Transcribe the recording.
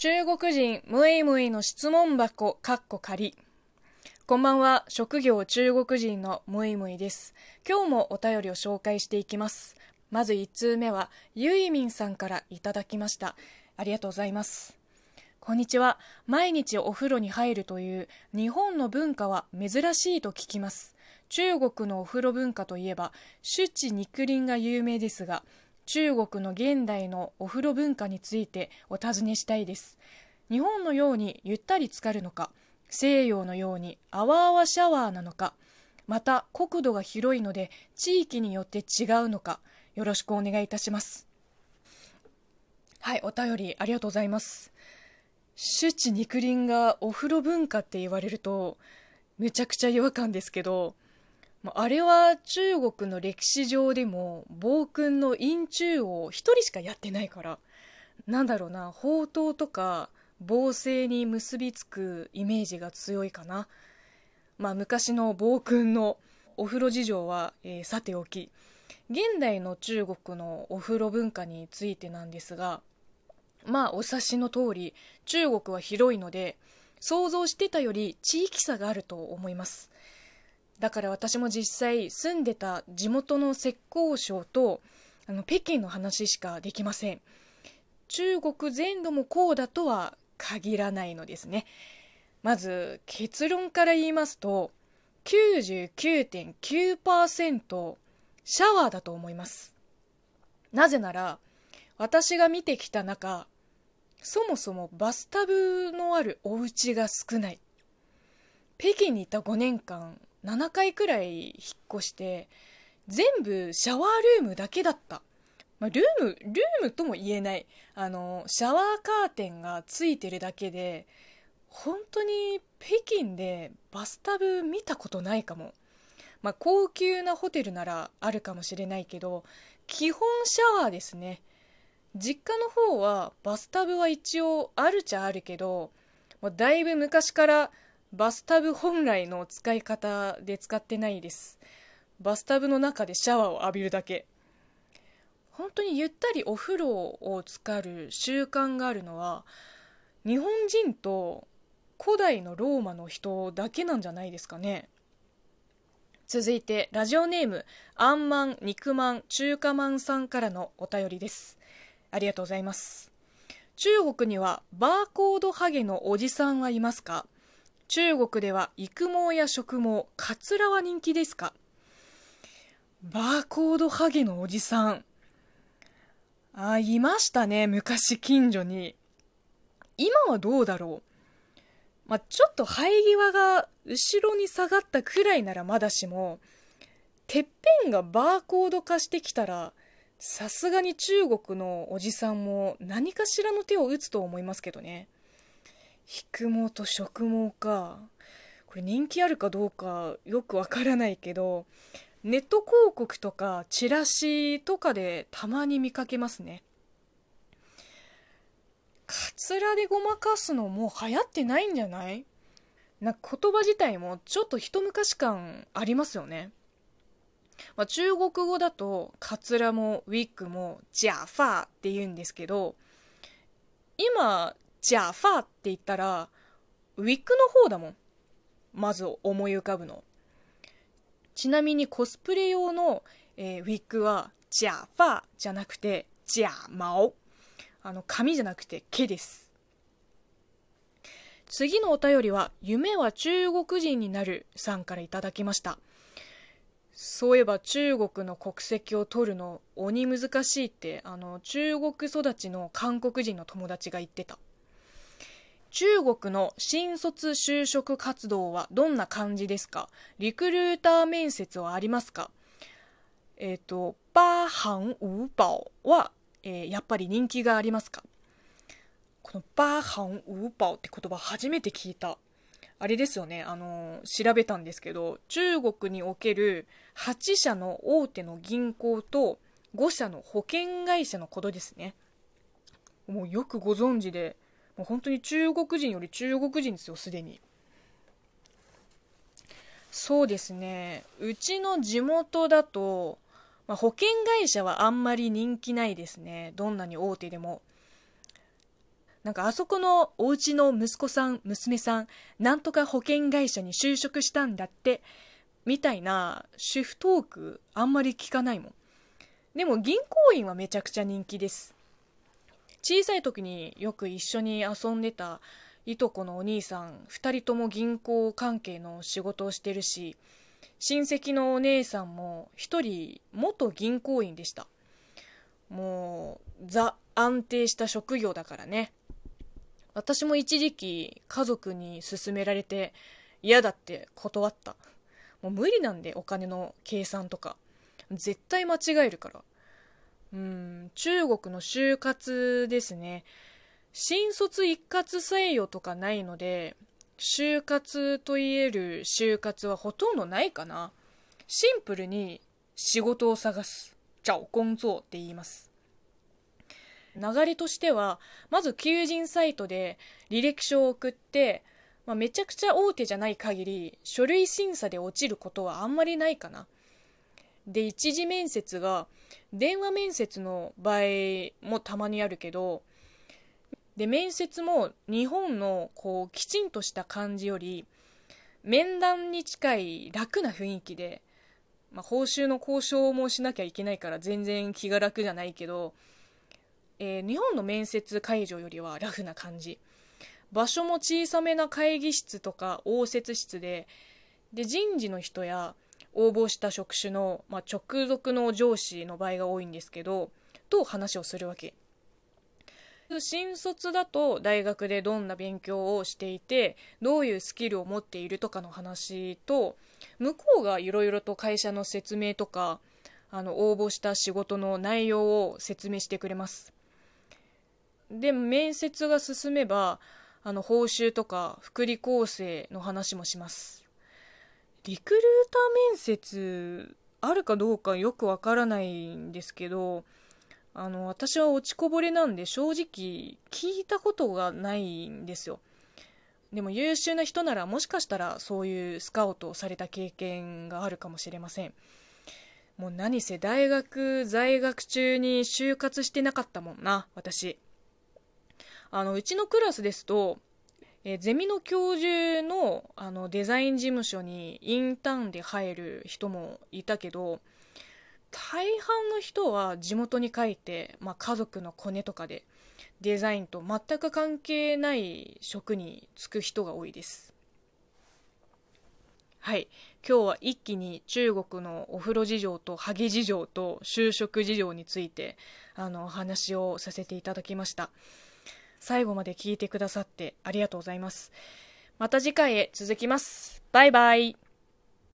中国人ムイムイの質問箱仮。こんばんは、職業中国人のムイムイです。今日もお便りを紹介していきます。まず1通目はゆいみんさんからいただきました。ありがとうございます。こんにちは。毎日お風呂に入るという日本の文化は珍しいと聞きます。中国のお風呂文化といえば酒池肉林が有名ですが、中国の現代のお風呂文化についてお尋ねしたいです。日本のようにゆったり浸かるのか、西洋のようにあわあわシャワーなのか、また国土が広いので地域によって違うのか、よろしくお願いいたします。はい、お便りありがとうございます。酒池肉林がお風呂文化って言われるとめちゃくちゃ違和感ですけど、あれは中国の歴史上でも暴君の陰中を一人しかやってないから、なんだろうな、宝刀とか暴政に結びつくイメージが強いかな。昔の暴君のお風呂事情は、さておき、現代の中国のお風呂文化についてなんですが、お察しの通り中国は広いので想像してたより地域差があると思います。だから私も実際住んでた地元の浙江省と北京の話しかできません。中国全土もこうだとは限らないのですね。まず結論から言いますと 99.9% シャワーだと思います。なぜなら私が見てきた中、そもそもバスタブのあるお家が少ない。北京にいた5年間7回くらい引っ越して全部シャワールームだけだった。ルームとも言えない、シャワーカーテンがついてるだけで、本当に北京でバスタブ見たことないかも。高級なホテルならあるかもしれないけど、基本シャワーですね。実家の方はバスタブは一応あるっちゃあるけど、だいぶ昔からバスタブ本来の使い方で使ってないです。バスタブの中でシャワーを浴びるだけ。本当にゆったりお風呂を浸かる習慣があるのは日本人と古代のローマの人だけなんじゃないですかね。続いてラジオネームあんまん肉まん中華まんさんからのお便りです。ありがとうございます。中国にはバーコードハゲのおじさんはいますか？中国では育毛や植毛、カツラは人気ですか？バーコードハゲのおじさん。いましたね、昔近所に。今はどうだろう。ちょっと生え際が後ろに下がったくらいならまだしも、てっぺんがバーコード化してきたら、さすがに中国のおじさんも何かしらの手を打つと思いますけどね。育毛と植毛か。これ人気あるかどうかよくわからないけど、ネット広告とかチラシとかでたまに見かけますね。カツラでごまかすのもう流行ってないんじゃない？言葉自体もちょっと一昔感ありますよね。中国語だとカツラもウィッグもジャファーって言うんですけど、今ジャファーって言ったらウィッグの方だもん、まず思い浮かぶの。ちなみにコスプレ用の、ウィッグはジャファーじゃなくてジャマオ、髪じゃなくて毛です。次のお便りは夢は中国人になるさんからいただきました。そういえば中国の国籍を取るの鬼難しいって中国育ちの韓国人の友達が言ってた。中国の新卒就職活動はどんな感じですか？リクルーター面接はありますか？バーハンウーバオは、やっぱり人気がありますか？このバーハンウーバオって言葉初めて聞いた。あれですよね、調べたんですけど、中国における8社の大手の銀行と5社の保険会社のことですね。もうよくご存知で、もう本当に中国人より中国人ですよ、すでに。そうですね、うちの地元だと、保険会社はあんまり人気ないですね、どんなに大手でも。 なんかあそこのお家の息子さん娘さんなんとか保険会社に就職したんだってみたいな主婦トークあんまり聞かないもん。でも銀行員はめちゃくちゃ人気です。小さい時によく一緒に遊んでたいとこのお兄さん2人とも銀行関係の仕事をしてるし、親戚のお姉さんも1人元銀行員でした。もうザ安定した職業だからね。私も一時期家族に勧められて嫌だって断った。もう無理なんで、お金の計算とか絶対間違えるから。中国の就活ですね。新卒一括採用とかないので、就活といえる就活はほとんどないかな。シンプルに仕事を探す、找工作って言います。流れとしては、まず求人サイトで履歴書を送って、めちゃくちゃ大手じゃない限り書類審査で落ちることはあんまりないかな。で、一次面接が電話面接の場合もたまにあるけど、で面接も日本のこうきちんとした感じより面談に近い楽な雰囲気で、報酬の交渉もしなきゃいけないから全然気が楽じゃないけど、日本の面接会場よりはラフな感じ。場所も小さめな会議室とか応接室で、人事の人や応募した職種の、直属の上司の場合が多いんですけど、と話をするわけ。新卒だと大学でどんな勉強をしていてどういうスキルを持っているとかの話と、向こうがいろいろと会社の説明とか応募した仕事の内容を説明してくれます。で面接が進めば報酬とか福利厚生の話もします。リクルーター面接あるかどうかよくわからないんですけど、私は落ちこぼれなんで正直聞いたことがないんですよ。でも優秀な人ならもしかしたらそういうスカウトをされた経験があるかもしれません。もう何せ大学在学中に就活してなかったもんな、私。うちのクラスですと、ゼミの教授の、デザイン事務所にインターンで入る人もいたけど、大半の人は地元に帰って、家族のコネとかでデザインと全く関係ない職に就く人が多いです。はい、今日は一気に中国のお風呂事情とハゲ事情と就職事情についてお話をさせていただきました。最後まで聞いてくださってありがとうございます。また次回へ続きます。バイバイ。